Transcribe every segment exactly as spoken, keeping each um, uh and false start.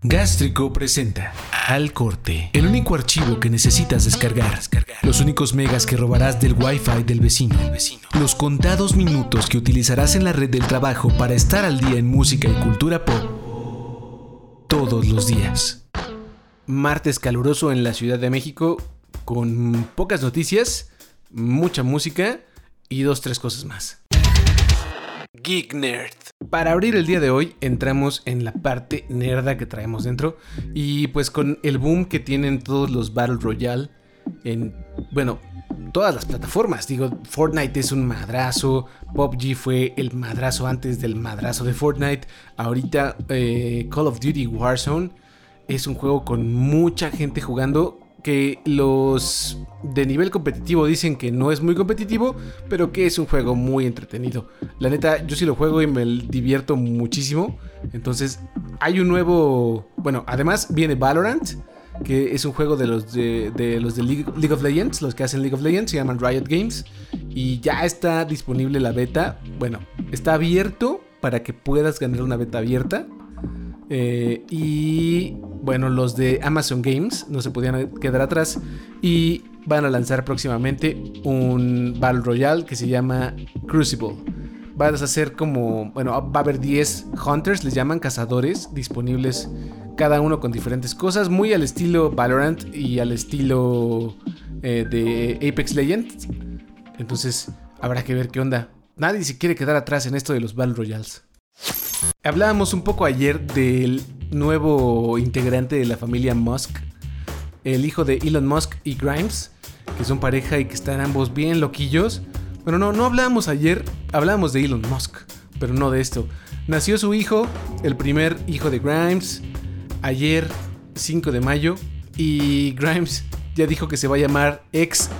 Gástrico presenta Al Corte, el único archivo que necesitas descargar, los únicos megas que robarás del Wi-Fi del vecino, los contados minutos que utilizarás en la red del trabajo para estar al día en música y cultura pop todos los días. Martes caluroso en la Ciudad de México, con pocas noticias, mucha música y dos, tres cosas más. Geek Nerd. Para abrir el día de hoy entramos en la parte nerda que traemos dentro y pues con el boom que tienen todos los Battle Royale en, bueno, todas las plataformas. Digo, Fortnite es un madrazo, P U B G fue el madrazo antes del madrazo de Fortnite. Ahorita eh, Call of Duty Warzone es un juego con mucha gente jugando, que los de nivel competitivo dicen que no es muy competitivo, pero que es un juego muy entretenido. La neta, yo sí lo juego y me divierto muchísimo. Entonces, hay un nuevo... Bueno, además viene Valorant, que es un juego de los de, de los de League, League of Legends. Los que hacen League of Legends se llaman Riot Games. Y ya está disponible la beta. Bueno, está abierto para que puedas ganar una beta abierta. Eh, y bueno, los de Amazon Games no se podían quedar atrás y van a lanzar próximamente un Battle Royale que se llama Crucible. Van a hacer como, bueno, va a haber diez Hunters, les llaman cazadores, disponibles cada uno con diferentes cosas, muy al estilo Valorant y al estilo eh, de Apex Legends. Entonces habrá que ver qué onda. Nadie se quiere quedar atrás en esto de los Battle Royales. Hablábamos un poco ayer del nuevo integrante de la familia Musk, el hijo de Elon Musk y Grimes, que son pareja y que están ambos bien loquillos. Bueno, no, no hablábamos ayer, hablábamos de Elon Musk, pero no de esto. Nació su hijo, el primer hijo de Grimes, ayer, cinco de mayo, y Grimes ya dijo que se va a llamar X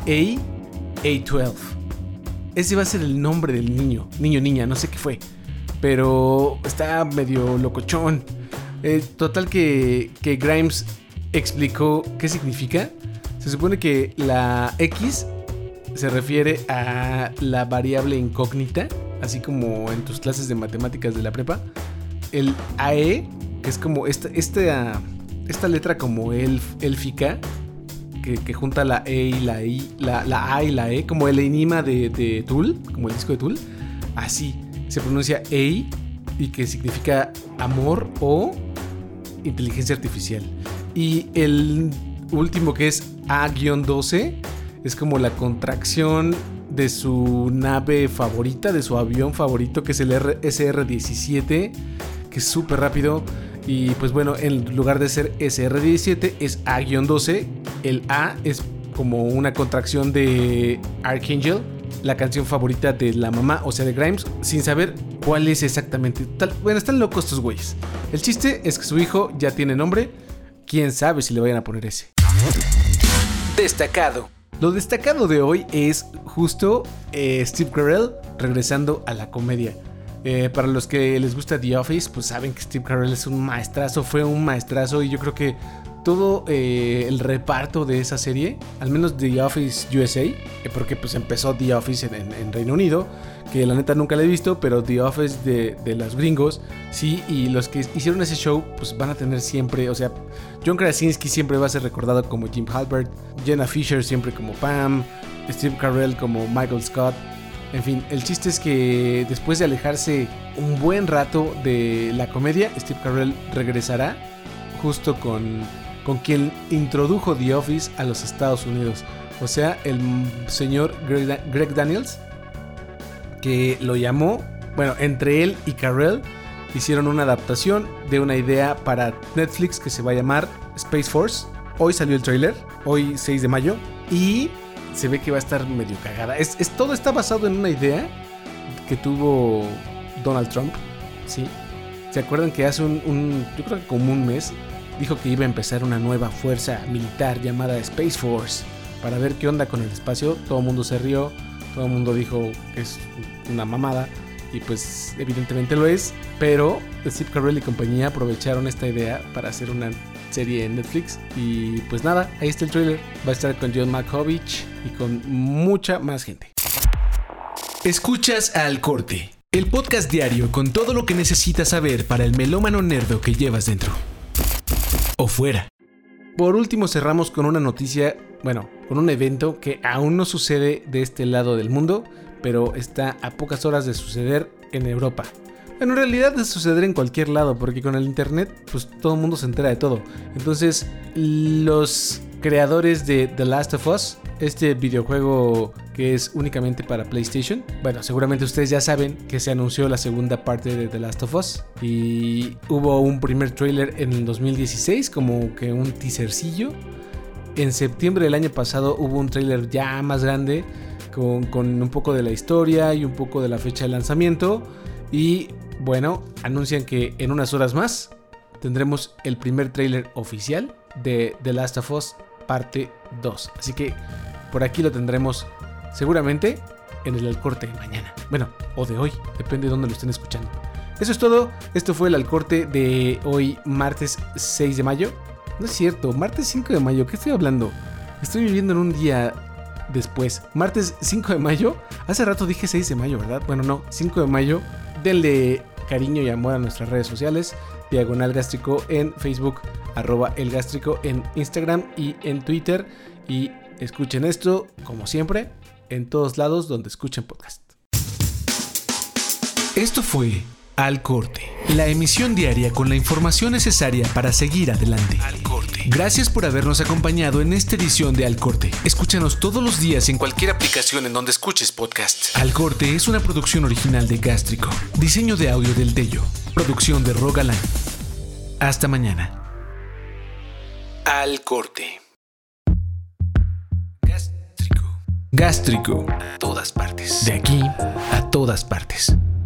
A A doce. Ese va a ser el nombre del niño, niño, niña, no sé qué fue. Pero está medio locochón. Eh, total que, que Grimes explicó qué significa. Se supone que la X se refiere a la variable incógnita, así como en tus clases de matemáticas de la prepa. El A E, que es como esta, esta, esta letra como elf, élfica, que, que junta la E y la I, la, la A y la E, como el enigma de, de Tool, como el disco de Tool. Así se pronuncia A, y que significa amor o inteligencia artificial. Y el último, que es A doce, es como la contracción de su nave favorita, de su avión favorito, que es el S R diecisiete, que es súper rápido. Y pues bueno, en lugar de ser S R diecisiete es A doce. El A es como una contracción de Archangel, la canción favorita de la mamá, o sea de Grimes, sin saber cuál es exactamente. Tal, bueno, están locos estos güeyes. El chiste es que su hijo ya tiene nombre. Quién sabe si le vayan a poner ese. Destacado. Lo destacado de hoy es justo eh, Steve Carell regresando a la comedia. Eh, para los que les gusta The Office, pues saben que Steve Carell es un maestrazo, fue un maestrazo, y yo creo que todo eh, el reparto de esa serie, al menos The Office U S A, eh, porque pues empezó The Office en, en, en Reino Unido, que la neta nunca la he visto, pero The Office de, de los gringos, sí, y los que hicieron ese show, pues van a tener siempre, o sea, John Krasinski siempre va a ser recordado como Jim Halpert, Jenna Fisher siempre como Pam, Steve Carell como Michael Scott. En fin, el chiste es que después de alejarse un buen rato de la comedia, Steve Carell regresará justo con, con quien introdujo The Office a los Estados Unidos. O sea, el señor Greg, Greg Daniels, que lo llamó, bueno, entre él y Carell hicieron una adaptación de una idea para Netflix que se va a llamar Space Force. Hoy salió el tráiler, hoy seis de mayo, y se ve que va a estar medio cagada. Es, es, todo está basado en una idea que tuvo Donald Trump, ¿sí? ¿Se acuerdan que hace un, un, yo creo que como un mes, dijo que iba a empezar una nueva fuerza militar llamada Space Force para ver qué onda con el espacio? Todo el mundo se rió, todo el mundo dijo que es una mamada, y pues evidentemente lo es, pero Steve Carell y compañía aprovecharon esta idea para hacer una serie en Netflix. Y pues nada, ahí está el trailer. Va a estar con John Malkovich y con mucha más gente. Escuchas Al Corte, el podcast diario con todo lo que necesitas saber para el melómano nerdo que llevas dentro. o fuera. Por último, cerramos con una noticia, bueno, con un evento que aún no sucede de este lado del mundo, pero está a pocas horas de suceder en Europa. Bueno, en realidad de suceder en cualquier lado, porque con el internet, pues todo el mundo se entera de todo. Entonces, los creadores de The Last of Us, este videojuego que es únicamente para PlayStation, bueno, seguramente ustedes ya saben que se anunció la segunda parte de The Last of Us y hubo un primer tráiler en el dos mil dieciséis, como que un teasercillo. En septiembre del año pasado hubo un tráiler ya más grande con, con un poco de la historia y un poco de la fecha de lanzamiento. Y bueno, anuncian que en unas horas más tendremos el primer tráiler oficial de The Last of Us parte dos. Así que por aquí lo tendremos seguramente en el Alcorte de mañana. Bueno, o de hoy, depende de dónde lo estén escuchando. Eso es todo. Esto fue el Alcorte de hoy, martes seis de mayo. No es cierto, martes cinco de mayo. ¿Qué estoy hablando? Estoy viviendo en un día después. Martes cinco de mayo. Hace rato dije seis de mayo, ¿verdad? Bueno, no, cinco de mayo. Denle cariño y amor a nuestras redes sociales. Diagonal Gástrico en Facebook, arroba El Gástrico en Instagram y en Twitter. Y escuchen esto, como siempre, en todos lados donde escuchen podcast. Esto fue Al Corte, la emisión diaria con la información necesaria para seguir adelante. Al Corte. Gracias por habernos acompañado en esta edición de Al Corte. Escúchanos todos los días en cualquier aplicación en donde escuches podcast. Al Corte es una producción original de Gástrico. Diseño de audio del Tello. Producción de Rogalán. Hasta mañana. Al Corte. Gástrico. Gástrico. A todas partes. De aquí a todas partes.